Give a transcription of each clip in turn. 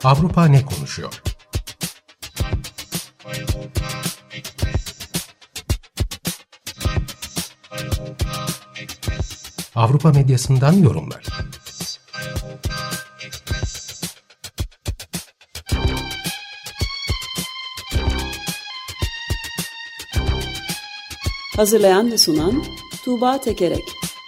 Avrupa ne konuşuyor? Avrupa medyasından yorumlar. Hazırlayan ve sunan Tuğba Tekerek.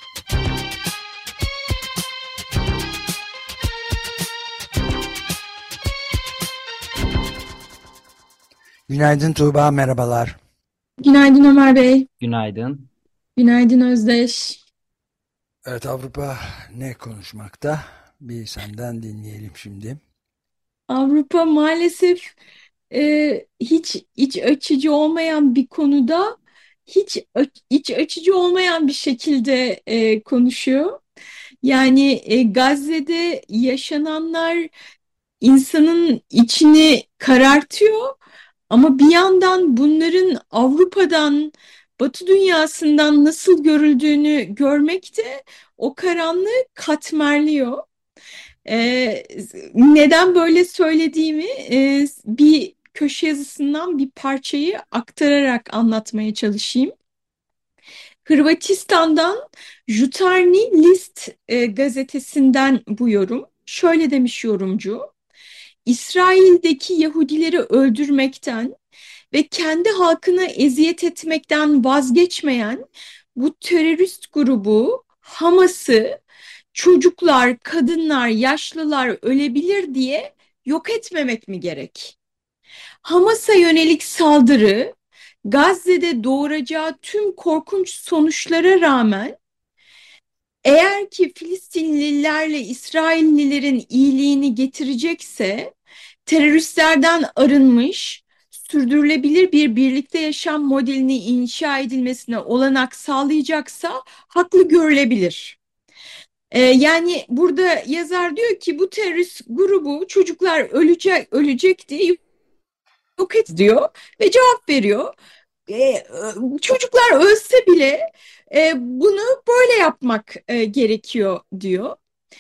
Günaydın Tuğba, merhabalar. Günaydın Ömer Bey. Günaydın. Günaydın Özdeş. Evet, Avrupa ne konuşmakta? Bir senden dinleyelim şimdi. Avrupa maalesef hiç iç açıcı olmayan bir konuda iç açıcı olmayan bir şekilde konuşuyor. Yani Gazze'de yaşananlar insanın içini karartıyor. Ama bir yandan bunların Avrupa'dan, Batı dünyasından nasıl görüldüğünü görmek de o karanlığı katmerliyor. Neden böyle söylediğimi bir köşe yazısından bir parçayı aktararak anlatmaya çalışayım. Hırvatistan'dan Jutarnji List gazetesinden bu yorum. Şöyle demiş yorumcu: İsrail'deki Yahudileri öldürmekten ve kendi halkına eziyet etmekten vazgeçmeyen bu terörist grubu Hamas'ı çocuklar, kadınlar, yaşlılar ölebilir diye yok etmemek mi gerek? Hamas'a yönelik saldırı Gazze'de doğuracağı tüm korkunç sonuçlara rağmen eğer ki Filistinlilerle İsraillilerin iyiliğini getirecekse, teröristlerden arınmış, sürdürülebilir bir birlikte yaşam modelini inşa edilmesine olanak sağlayacaksa haklı görülebilir. Yani burada yazar diyor ki bu terörist grubu çocuklar ölecek diye yok et diyor ve cevap veriyor. Çocuklar ölse bile bunu böyle yapmak gerekiyor diyor.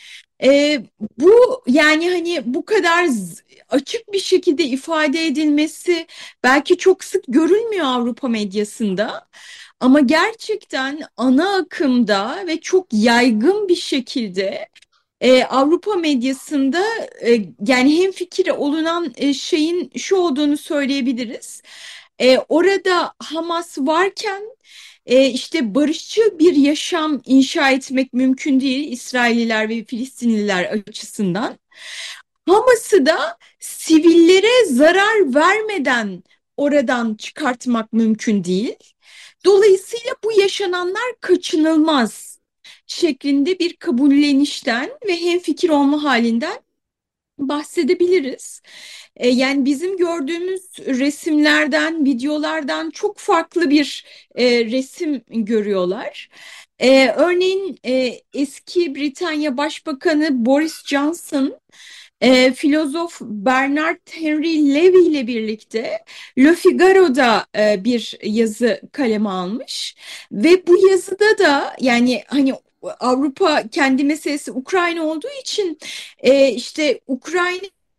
Bu yani hani bu kadar açık bir şekilde ifade edilmesi belki çok sık görülmüyor Avrupa medyasında. Ama gerçekten ana akımda ve çok yaygın bir şekilde Avrupa medyasında yani hemfikir olunan şeyin şu olduğunu söyleyebiliriz. Orada Hamas varken işte barışçıl bir yaşam inşa etmek mümkün değil İsrailliler ve Filistinliler açısından. Hamas'ı da sivillere zarar vermeden oradan çıkartmak mümkün değil. Dolayısıyla bu yaşananlar kaçınılmaz şeklinde bir kabullenişten ve hemfikir olma halinden bahsedebiliriz. Yani bizim gördüğümüz resimlerden, videolardan çok farklı bir resim görüyorlar. Örneğin eski Britanya Başbakanı Boris Johnson, filozof Bernard Henry Levy ile birlikte Le Figaro'da bir yazı kaleme almış ve bu yazıda da yani hani Avrupa kendi meselesi Ukrayna olduğu için işte Ukrayna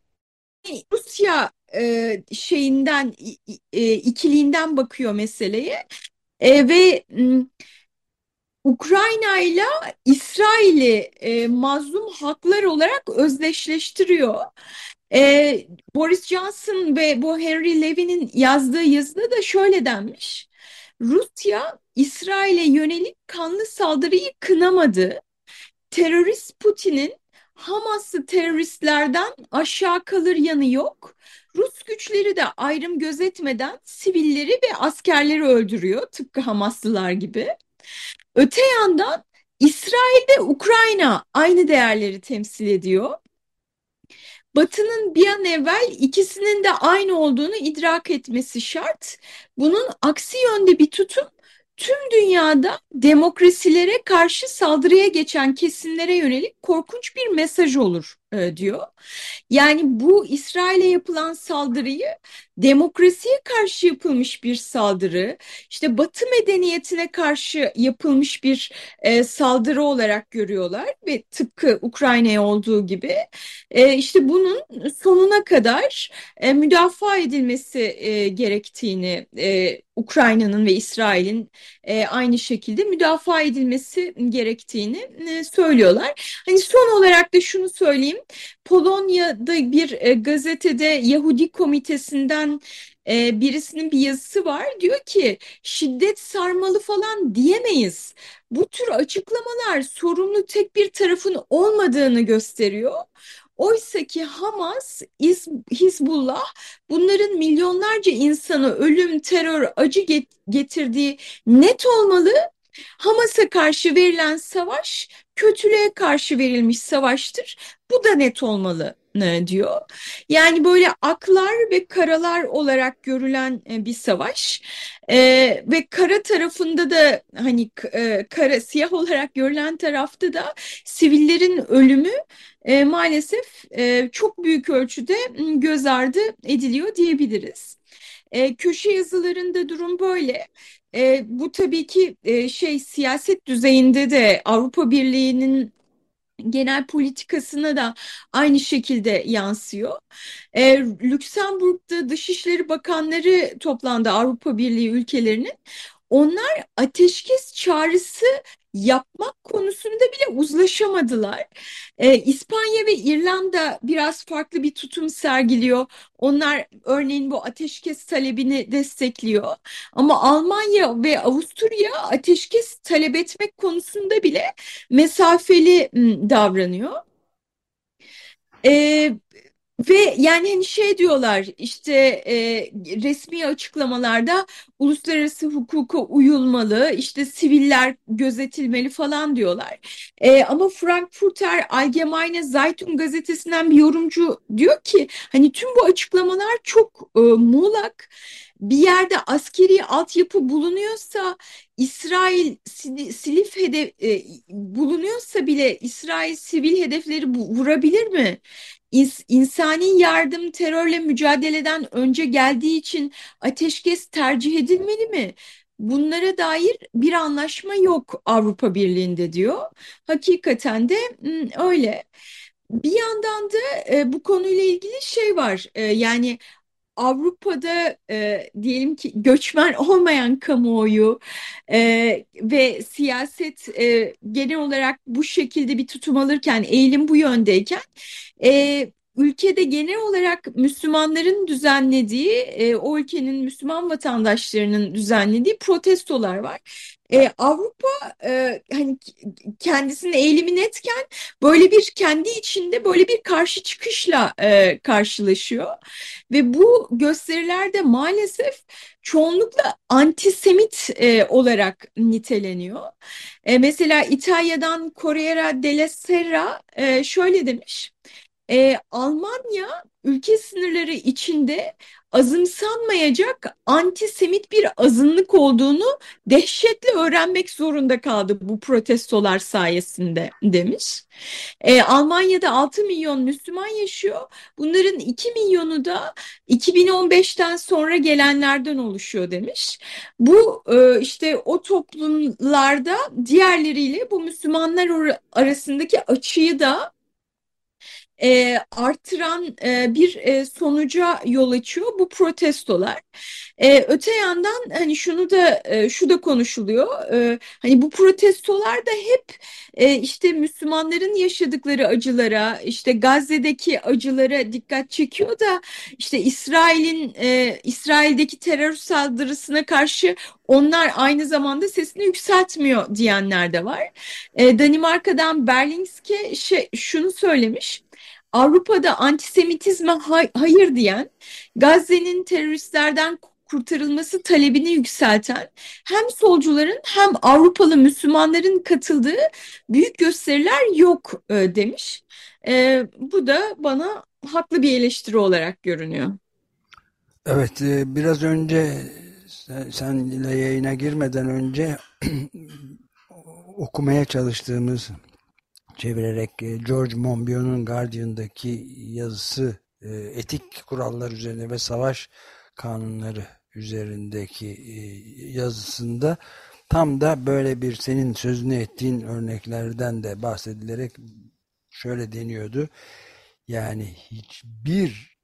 Rusya şeyinden ikiliğinden bakıyor meseleye ve Ukrayna ile İsrail'i mazlum halklar olarak özdeşleştiriyor. Boris Johnson ve bu Henry Levy'nin yazdığı yazıda da şöyle denmiş: Rusya İsrail'e yönelik kanlı saldırıyı kınamadı. Terörist Putin'in Hamaslı teröristlerden aşağı kalır yanı yok. Rus güçleri de ayrım gözetmeden sivilleri ve askerleri öldürüyor, tıpkı Hamaslılar gibi. Öte yandan İsrail ve Ukrayna aynı değerleri temsil ediyor. Batı'nın bir an evvel ikisinin de aynı olduğunu idrak etmesi şart. Bunun aksi yönde bir tutum tüm dünyada demokrasilere karşı saldırıya geçen kesimlere yönelik korkunç bir mesaj olur diyor. Yani bu İsrail'e yapılan saldırıyı demokrasiye karşı yapılmış bir saldırı, işte Batı medeniyetine karşı yapılmış bir saldırı olarak görüyorlar ve tıpkı Ukrayna'ya olduğu gibi işte bunun sonuna kadar müdafaa edilmesi gerektiğini Ukrayna'nın ve İsrail'in aynı şekilde müdafaa edilmesi gerektiğini söylüyorlar. Hani son olarak da şunu söyleyeyim. Polonya'da bir gazetede Yahudi komitesinden birisinin bir yazısı var. Diyor ki şiddet sarmalı falan diyemeyiz. Bu tür açıklamalar sorumlu tek bir tarafın olmadığını gösteriyor. Oysa ki Hamas, Hizbullah bunların milyonlarca insanı ölüm, terör, acı getirdiği net olmalı. Hamas'a karşı verilen savaş kötülüğe karşı verilmiş savaştır. Bu da net olmalı diyor. Yani böyle aklar ve karalar olarak görülen bir savaş. Ve kara tarafında da hani kara siyah olarak görülen tarafta da sivillerin ölümü maalesef çok büyük ölçüde göz ardı ediliyor diyebiliriz. Köşe yazılarında durum böyle. Bu tabii ki siyaset düzeyinde de Avrupa Birliği'nin genel politikasına da aynı şekilde yansıyor. Lüksemburg'da Dışişleri Bakanları toplandı Avrupa Birliği ülkelerinin. Onlar ateşkes çağrısı yapmak konusunda bile uzlaşamadılar. İspanya ve İrlanda biraz farklı bir tutum sergiliyor. Onlar örneğin bu ateşkes talebini destekliyor. Ama Almanya ve Avusturya ateşkes talep etmek konusunda bile mesafeli davranıyor. Ee, Ve yani hani diyorlar işte resmi açıklamalarda uluslararası hukuka uyulmalı, işte siviller gözetilmeli falan diyorlar. Ama Frankfurter Allgemeine Zeitung gazetesinden bir yorumcu diyor ki hani tüm bu açıklamalar çok muğlak. Bir yerde askeri altyapı bulunuyorsa İsrail silif bulunuyorsa bile İsrail sivil hedefleri vurabilir mi? İnsani yardım terörle mücadeleden önce geldiği için ateşkes tercih edilmeli mi? Bunlara dair bir anlaşma yok Avrupa Birliği'nde diyor. Hakikaten de öyle. Bir yandan da bu konuyla ilgili var. Yani Avrupa'da diyelim ki göçmen olmayan kamuoyu ve siyaset genel olarak bu şekilde bir tutum alırken, eğilim bu yöndeyken ülkede genel olarak Müslümanların düzenlediği, o ülkenin Müslüman vatandaşlarının düzenlediği protestolar var. Avrupa hani kendisinin eğilimi netken böyle bir kendi içinde böyle bir karşı çıkışla karşılaşıyor. Ve bu gösterilerde maalesef çoğunlukla antisemit olarak niteleniyor. Mesela İtalya'dan Corriere della Sera şöyle demiş. Almanya ülke sınırları içinde azımsanmayacak antisemit bir azınlık olduğunu dehşetle öğrenmek zorunda kaldı bu protestolar sayesinde demiş. Almanya'da 6 milyon Müslüman yaşıyor. Bunların 2 milyonu da 2015'ten sonra gelenlerden oluşuyor demiş. Bu işte o toplumlarda diğerleriyle bu Müslümanlar arasındaki açıyı da artıran bir sonuca yol açıyor bu protestolar. Öte yandan hani şu da konuşuluyor. Hani bu protestolar da hep işte Müslümanların yaşadıkları acılara, işte Gazze'deki acılara dikkat çekiyor da işte İsrail'deki terör saldırısına karşı onlar aynı zamanda sesini yükseltmiyor diyenler de var. Danimarka'dan Berlingske şunu söylemiş. Avrupa'da antisemitizme hayır diyen, Gazze'nin teröristlerden kurtarılması talebini yükselten hem solcuların hem Avrupalı Müslümanların katıldığı büyük gösteriler yok demiş. Bu da bana haklı bir eleştiri olarak görünüyor. Evet, biraz önce senle yayına girmeden önce okumaya çalıştığımız çevirerek George Monbiot'un Guardian'daki yazısı etik kurallar üzerine ve savaş kanunları üzerindeki yazısında tam da böyle bir senin sözünü ettiğin örneklerden de bahsedilerek şöyle deniyordu. Yani hiçbir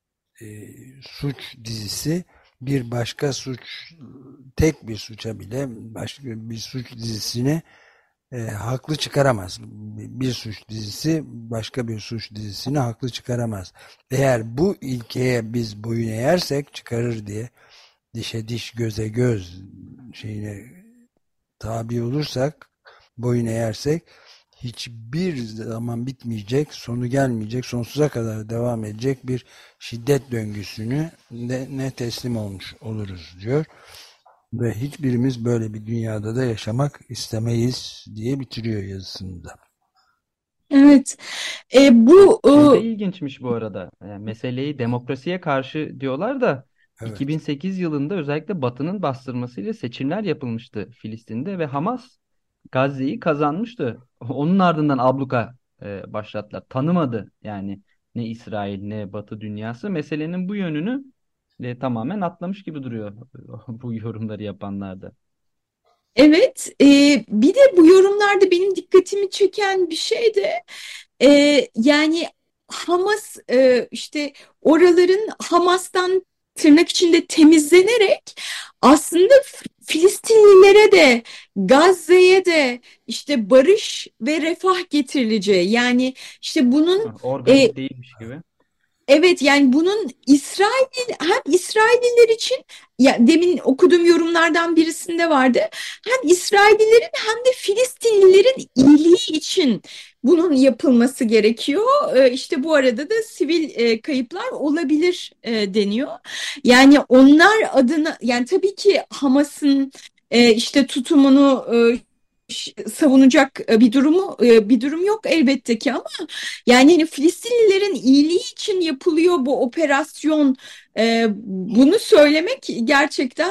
suç dizisi bir başka suç, tek bir suça bile başka bir suç dizisine haklı çıkaramaz. Bir suç dizisi başka bir suç dizisini haklı çıkaramaz. Eğer bu ilkeye biz boyun eğersek çıkarır diye dişe diş göze göz şeyine tabi olursak, boyun eğersek hiçbir zaman bitmeyecek, sonu gelmeyecek, sonsuza kadar devam edecek bir şiddet döngüsünü ne teslim olmuş oluruz diyor. Ve hiçbirimiz böyle bir dünyada da yaşamak istemeyiz diye bitiriyor yazısında. Evet. Bu Şey de ilginçmiş bu arada. Yani meseleyi demokrasiye karşı diyorlar da Evet. 2008 yılında özellikle Batı'nın bastırmasıyla seçimler yapılmıştı Filistin'de ve Hamas Gazze'yi kazanmıştı. Onun ardından abluka başlattılar. Tanımadı yani ne İsrail ne Batı dünyası. Meselenin bu yönünü tamamen atlamış gibi duruyor bu yorumları yapanlar da. evet. Bir de bu yorumlarda benim dikkatimi çeken bir şey de yani Hamas işte oraların Hamas'tan tırnak içinde temizlenerek aslında Filistinlilere de Gazze'ye de işte barış ve refah getirileceği, yani işte bunun Organik değilmiş gibi. evet, yani bunun hem İsrailliler için, ya demin okuduğum yorumlardan birisinde vardı, hem İsraillilerin hem de Filistinlilerin iyiliği için bunun yapılması gerekiyor. İşte bu arada da sivil kayıplar olabilir deniyor. Yani onlar adına, yani tabii ki Hamas'ın işte tutumunu savunacak bir durum yok elbette ki, ama yani hani Filistinlilerin iyiliği için yapılıyor bu operasyon. Bunu söylemek gerçekten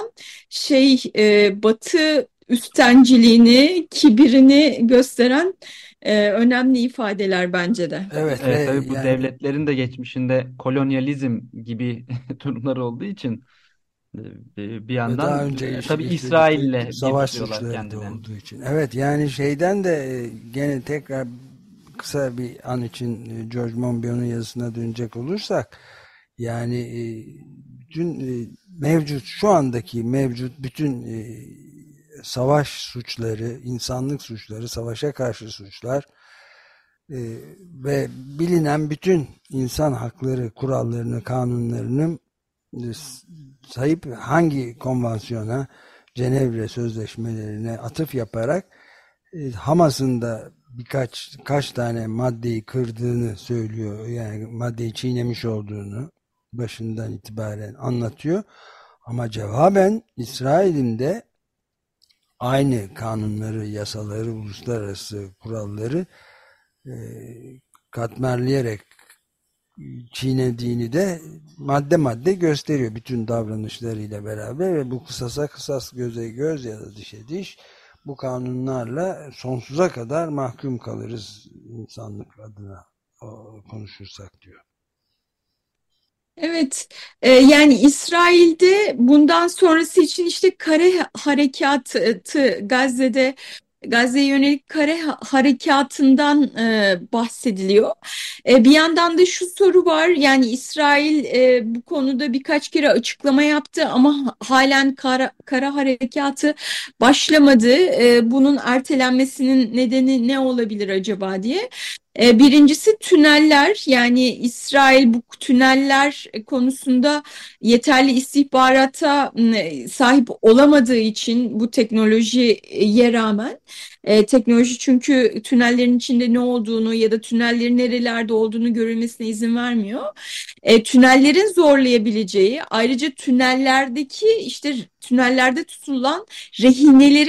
Batı üstenciliğini, kibirini gösteren önemli ifadeler bence de. Evet, Evet, tabii bu yani devletlerin de geçmişinde kolonyalizm gibi durumlar olduğu için bir ve daha yandan önce tabii işledikleri İsrail'le bir savaş tutuyorlar suçları da kendilerini. olduğu için. Evet, yani şeyden de gene tekrar kısa bir an için George Monbiot'un yazısına dönecek olursak, yani bütün şu andaki mevcut bütün savaş suçları, insanlık suçları, savaşa karşı suçlar ve bilinen bütün insan hakları kurallarını, kanunlarını sahip hangi konvansiyona, Cenevre sözleşmelerine atıf yaparak Hamas'ın da kaç tane maddeyi kırdığını söylüyor. Yani maddeyi çiğnemiş olduğunu başından itibaren anlatıyor. Ama cevaben İsrail'in de aynı kanunları, yasaları, uluslararası kuralları katmerleyerek çiğnediğini de madde madde gösteriyor bütün davranışlarıyla beraber ve bu kısasa kısas, göze göz ya da dişe diş, bu kanunlarla sonsuza kadar mahkum kalırız insanlık adına konuşursak diyor. Evet, yani İsrail'de bundan sonrası için işte kare harekatı, Gazze'ye yönelik kare harekatından bahsediliyor. Bir yandan da şu soru var, yani İsrail bu konuda birkaç kere açıklama yaptı ama halen kara harekatı başlamadı. Bunun ertelenmesinin nedeni ne olabilir acaba diye. Birincisi tüneller, yani İsrail bu tüneller konusunda yeterli istihbarata sahip olamadığı için, bu teknolojiye rağmen, teknoloji çünkü tünellerin içinde ne olduğunu ya da tünellerin nerelerde olduğunu görülmesine izin vermiyor. Tünellerin zorlayabileceği, ayrıca tünellerde tutulan rehinelerin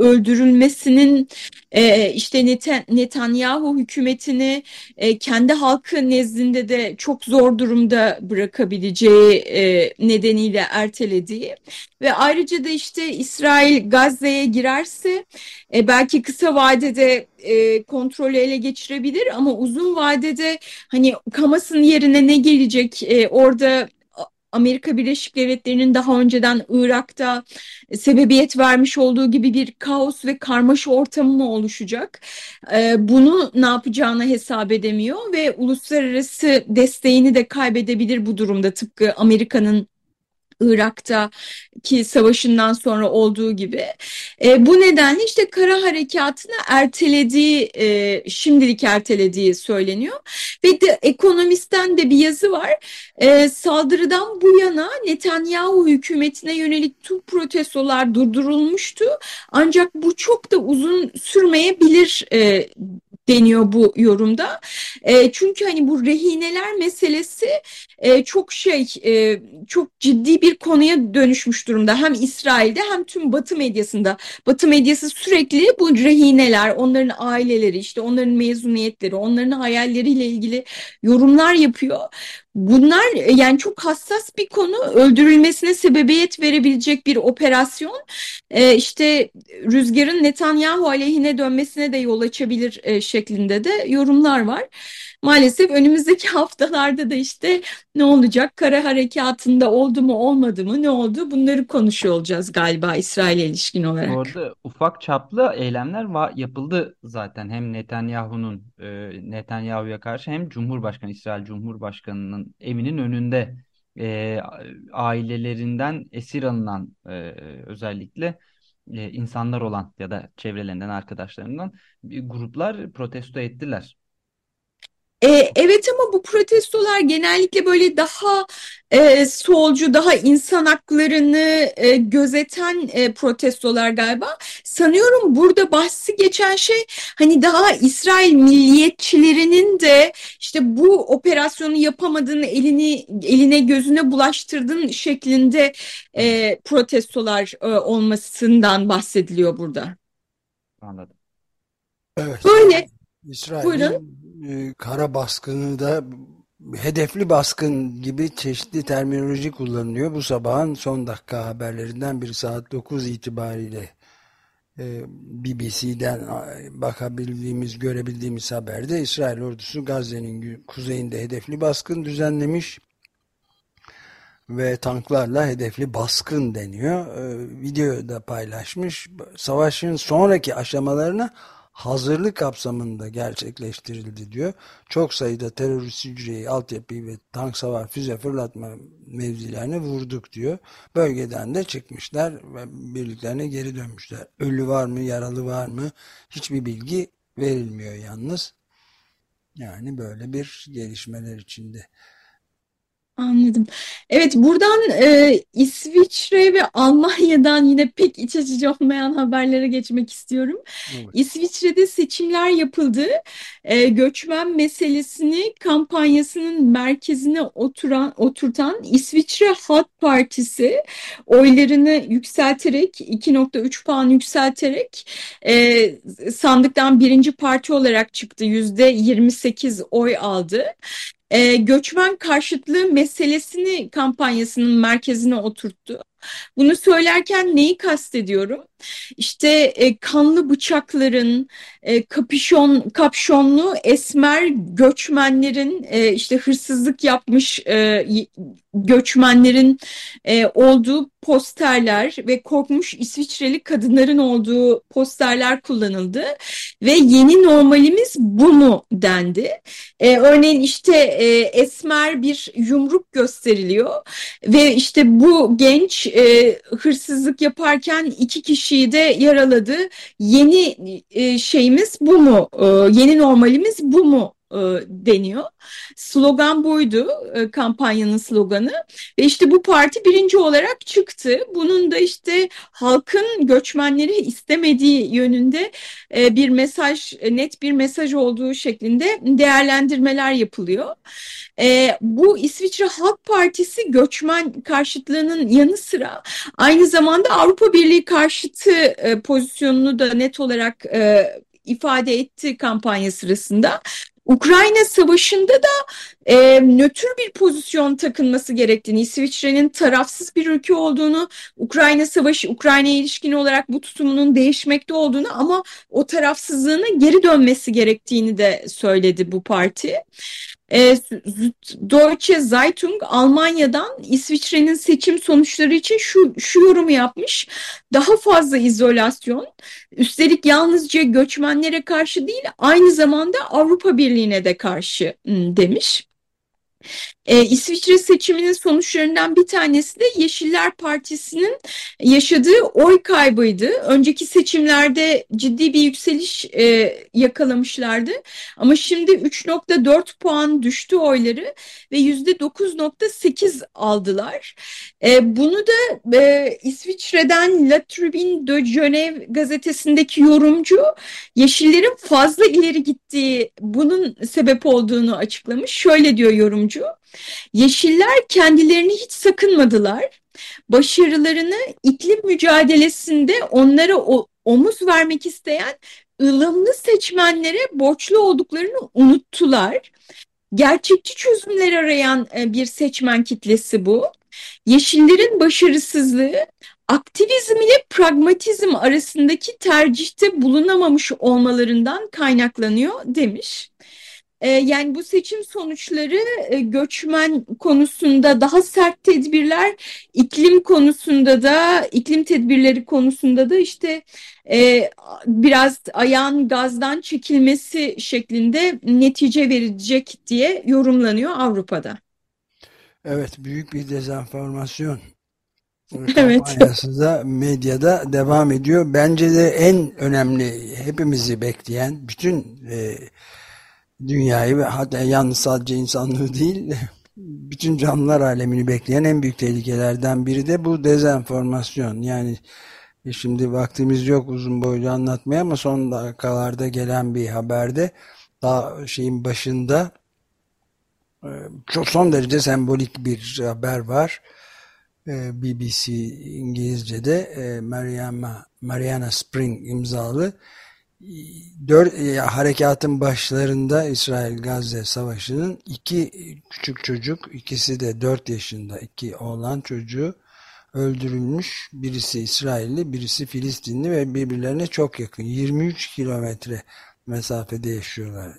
öldürülmesinin işte Netanyahu hükümetini kendi halkı nezdinde de çok zor durumda bırakabileceği nedeniyle ertelediği ve ayrıca da işte İsrail Gazze'ye girerse belki kısa vadede kontrolü ele geçirebilir ama uzun vadede hani Hamas'ın yerine ne gelecek? Orada Amerika Birleşik Devletleri'nin daha önceden Irak'ta sebebiyet vermiş olduğu gibi bir kaos ve karmaşa ortamı mı oluşacak? Bunu ne yapacağını hesap edemiyor ve uluslararası desteğini de kaybedebilir bu durumda, tıpkı Amerika'nın Irak'taki savaşından sonra olduğu gibi. Bu nedenle işte kara harekatını şimdilik ertelediği söyleniyor. Ve de Ekonomist'ten de bir yazı var. Saldırıdan bu yana Netanyahu hükümetine yönelik tüm protestolar durdurulmuştu. Ancak bu çok da uzun sürmeyebilir deniyor bu yorumda. Çünkü hani bu rehineler meselesi çok ciddi bir konuya dönüşmüş durumda. Hem İsrail'de hem tüm Batı medyasında. Batı medyası sürekli bu rehineler, onların aileleri, işte onların mezuniyetleri, onların hayalleriyle ilgili yorumlar yapıyor. Bunlar yani çok hassas bir konu, öldürülmesine sebebiyet verebilecek bir operasyon. İşte rüzgarın Netanyahu aleyhine dönmesine de yol açabilir şeklinde de yorumlar var. Maalesef önümüzdeki haftalarda da işte ne olacak, kara harekatında oldu mu olmadı mı, ne oldu, bunları konuşuyor olacağız galiba İsrail'e ilişkin Bu olarak. arada ufak çaplı eylemler yapıldı zaten. Hem Netanyahu'ya karşı hem İsrail Cumhurbaşkanı'nın evinin önünde e, ailelerinden esir alınan özellikle insanlar olan ya da çevrelerinden, arkadaşlarından gruplar protesto ettiler. Evet ama bu protestolar genellikle böyle daha solcu, daha insan haklarını gözeten protestolar galiba. Sanıyorum burada bahsi geçen şey hani daha İsrail milliyetçilerinin de işte bu operasyonu yapamadığını, eline gözüne bulaştırdığın şeklinde protestolar olmasından bahsediliyor burada. Anladım. Evet. Böyle, buyurun. İsrail'in kara baskını da hedefli baskın gibi çeşitli terminoloji kullanılıyor. Bu sabahın son dakika haberlerinden bir saat 9 itibariyle BBC'den görebildiğimiz haberde İsrail ordusu Gazze'nin kuzeyinde hedefli baskın düzenlemiş ve tanklarla hedefli baskın deniyor. Video da paylaşmış. Savaşın sonraki aşamalarına hazırlık kapsamında gerçekleştirildi diyor. Çok sayıda terörist hücreyi, altyapıyı ve tank savar füze fırlatma mevzilerine vurduk diyor. Bölgeden de çıkmışlar ve birliklerine geri dönmüşler. Ölü var mı, yaralı var mı? Hiçbir bilgi verilmiyor yalnız. Yani böyle bir gelişmeler içinde. Anladım. Evet, buradan İsviçre ve Almanya'dan yine pek iç açıcı olmayan haberlere geçmek istiyorum. Evet. İsviçre'de seçimler yapıldı. Göçmen meselesini kampanyasının merkezine oturtan İsviçre Halk Partisi oylarını yükselterek 2,3 puan yükselterek sandıktan birinci parti olarak çıktı. %28 oy aldı. Göçmen karşıtlığı meselesini kampanyasının merkezine oturttu. Bunu söylerken neyi kastediyorum? İşte kanlı bıçakların, kapşonlu esmer göçmenlerin, işte hırsızlık yapmış göçmenlerin olduğu posterler ve korkmuş İsviçreli kadınların olduğu posterler kullanıldı ve yeni normalimiz bu mu dendi. Örneğin işte esmer bir yumruk gösteriliyor ve işte bu genç hırsızlık yaparken 2 kişiyi de yaraladı. Yeni şeyimiz bu mu? Yeni normalimiz bu mu deniyor. Slogan buydu, kampanyanın sloganı. Ve işte bu parti birinci olarak çıktı. Bunun da işte halkın göçmenleri istemediği yönünde bir mesaj, net bir mesaj olduğu şeklinde değerlendirmeler yapılıyor. Bu İsviçre Halk Partisi göçmen karşıtlığının yanı sıra aynı zamanda Avrupa Birliği karşıtı pozisyonunu da net olarak ifade etti kampanya sırasında. Ukrayna Savaşı'nda da nötr bir pozisyon takınması gerektiğini, İsviçre'nin tarafsız bir ülke olduğunu, Ukrayna Savaşı, Ukrayna'ya ilişkin olarak bu tutumunun değişmekte olduğunu ama o tarafsızlığına geri dönmesi gerektiğini de söyledi bu parti. Deutsche Zeitung Almanya'dan İsviçre'nin seçim sonuçları için şu yorumu yapmış. Daha fazla izolasyon, üstelik yalnızca göçmenlere karşı değil, aynı zamanda Avrupa Birliği'ne de karşı demiş. İsviçre seçiminin sonuçlarından bir tanesi de Yeşiller Partisi'nin yaşadığı oy kaybıydı. Önceki seçimlerde ciddi bir yükseliş yakalamışlardı. Ama şimdi 3,4 puan düştü oyları ve %9,8 aldılar. Bunu da İsviçre'den La Tribune de Genève gazetesindeki yorumcu Yeşillerin fazla ileri gittiği, bunun sebep olduğunu açıklamış. Şöyle diyor yorumcu: Yeşiller kendilerini hiç sakınmadılar. Başarılarını iklim mücadelesinde onlara omuz vermek isteyen ılımlı seçmenlere borçlu olduklarını unuttular. Gerçekçi çözümler arayan bir seçmen kitlesi bu. Yeşillerin başarısızlığı aktivizm ile pragmatizm arasındaki tercihte bulunamamış olmalarından kaynaklanıyor demiş. Yani bu seçim sonuçları göçmen konusunda daha sert tedbirler, iklim konusunda da, iklim tedbirleri konusunda da işte biraz ayağın gazdan çekilmesi şeklinde netice verecek diye yorumlanıyor Avrupa'da. Evet, büyük bir dezenformasyon Evet. kampanyası da medyada devam ediyor. Bence de en önemli, hepimizi bekleyen, bütün dünyayı ve hatta yalnız sadece insanlığı değil, bütün canlılar alemini bekleyen en büyük tehlikelerden biri de bu dezenformasyon. Yani şimdi vaktimiz yok uzun boylu anlatmaya ama son dakikalarda gelen bir haberde, daha şeyin başında, çok son derece sembolik bir haber var. BBC İngilizce'de Mariana Spring imzalı. Harekatın başlarında İsrail-Gazze Savaşı'nın iki küçük çocuk, ikisi de 4 yaşında, iki oğlan çocuğu öldürülmüş. Birisi İsrailli, birisi Filistinli ve birbirlerine çok yakın. 23 kilometre mesafede yaşıyorlar.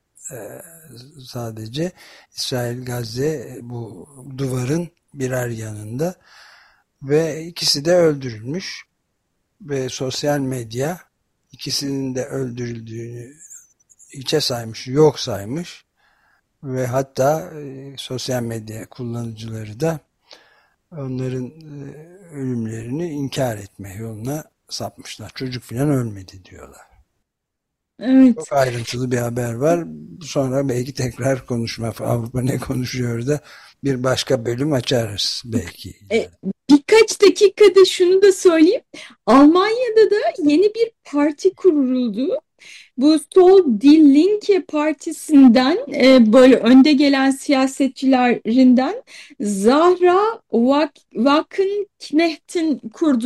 Sadece İsrail-Gazze bu duvarın birer yanında ve ikisi de öldürülmüş ve sosyal medya ikisinin de öldürüldüğünü hiçe saymış, yok saymış ve hatta sosyal medya kullanıcıları da onların ölümlerini inkar etme yoluna sapmışlar. Çocuk falan ölmedi diyorlar. Evet. Çok ayrıntılı bir haber var. Sonra belki tekrar konuşma, Avrupa ne konuşuyor da bir başka bölüm açarız belki. Birkaç dakikada şunu da söyleyeyim. Almanya'da da yeni bir parti kuruldu. Bu Sol Die Linke partisinden böyle önde gelen siyasetçilerinden Zahra Wagenknecht'in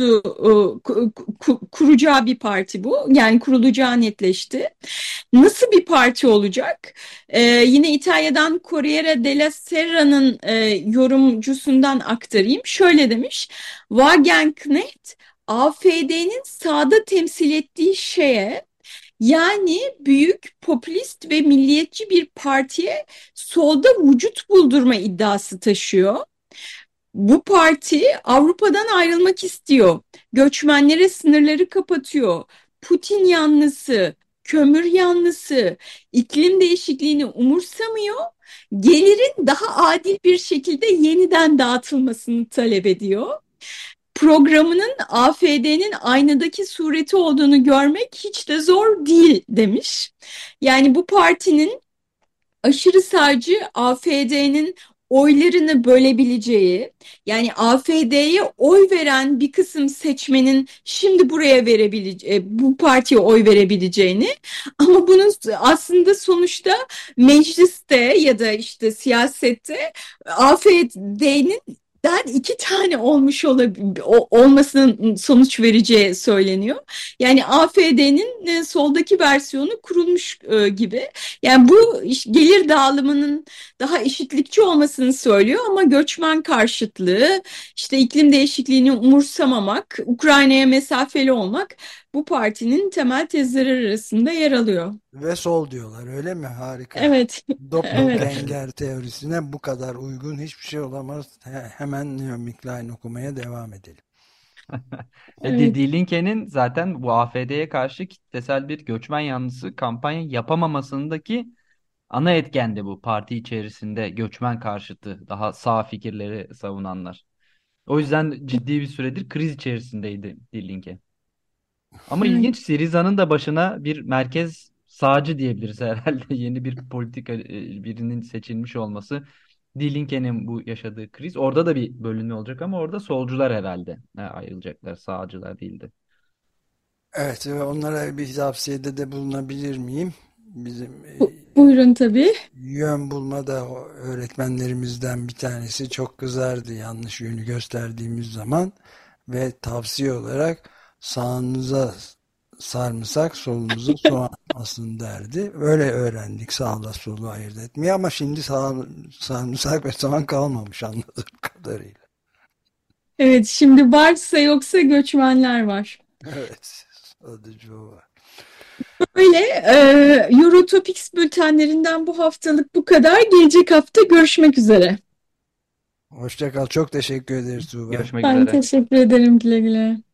kuracağı bir parti bu. Yani kurulacağı netleşti. Nasıl bir parti olacak? Yine İtalya'dan Corriere della Serra'nın yorumcusundan aktarayım. Şöyle demiş: Wagenknecht, AfD'nin sağda temsil ettiği şeye, yani büyük, popülist ve milliyetçi bir partiye solda vücut buldurma iddiası taşıyor. Bu parti Avrupa'dan ayrılmak istiyor. Göçmenlere sınırları kapatıyor. Putin yanlısı, kömür yanlısı, iklim değişikliğini umursamıyor. Gelirin daha adil bir şekilde yeniden dağıtılmasını talep ediyor. Programının AfD'nin aynadaki sureti olduğunu görmek hiç de zor değil demiş. Yani bu partinin aşırı sağcı AfD'nin oylarını bölebileceği, yani AfD'ye oy veren bir kısım seçmenin şimdi buraya bu partiye oy verebileceğini, ama bunun aslında sonuçta mecliste ya da işte siyasette AfD'nin iki tane olmasının sonuç vereceği söyleniyor. Yani AfD'nin soldaki versiyonu kurulmuş gibi. Yani bu gelir dağılımının daha eşitlikçi olmasını söylüyor, ama göçmen karşıtlığı, işte iklim değişikliğini umursamamak, Ukrayna'ya mesafeli olmak bu partinin temel tezleri arasında yer alıyor. Ve sol diyorlar, öyle mi? Harika. Evet, evet. Doppelganger teorisine bu kadar uygun hiçbir şey olamaz. Hemen Naomi Klein okumaya devam edelim. Evet. Die Linke'nin zaten bu AfD'ye karşı kitlesel bir göçmen yanlısı kampanya yapamamasındaki ana etken de bu parti içerisinde göçmen karşıtı daha sağ fikirleri savunanlar. O yüzden ciddi bir süredir kriz içerisindeydi Die Linke. Ama Evet. ilginç, Syriza'nın da başına bir merkez sağcı diyebiliriz herhalde. Yeni bir politika birinin seçilmiş olması. Die Linke'nin bu yaşadığı kriz. Orada da bir bölünme olacak ama orada solcular herhalde ayrılacaklar. Sağcılar değildi. Evet, ve onlara bir tavsiyede de bulunabilir miyim? Bizim Buyurun tabii. yön bulmada öğretmenlerimizden bir tanesi çok kızardı yanlış yönü gösterdiğimiz zaman ve tavsiye olarak sağınıza sarımsak, solunuza soğan asın derdi. Öyle öğrendik sağla solu ayırt etmeyi, ama şimdi sarımsak ve soğan kalmamış anladığım kadarıyla. Evet, şimdi varsa yoksa göçmenler var. Evet, sadece o var. Öyle, Eurotopics bültenlerinden bu haftalık bu kadar. Gelecek hafta görüşmek üzere. Hoşça kal, çok teşekkür ederiz Tuğba. Görüşmek Ben üzere. teşekkür ederim, güle güle.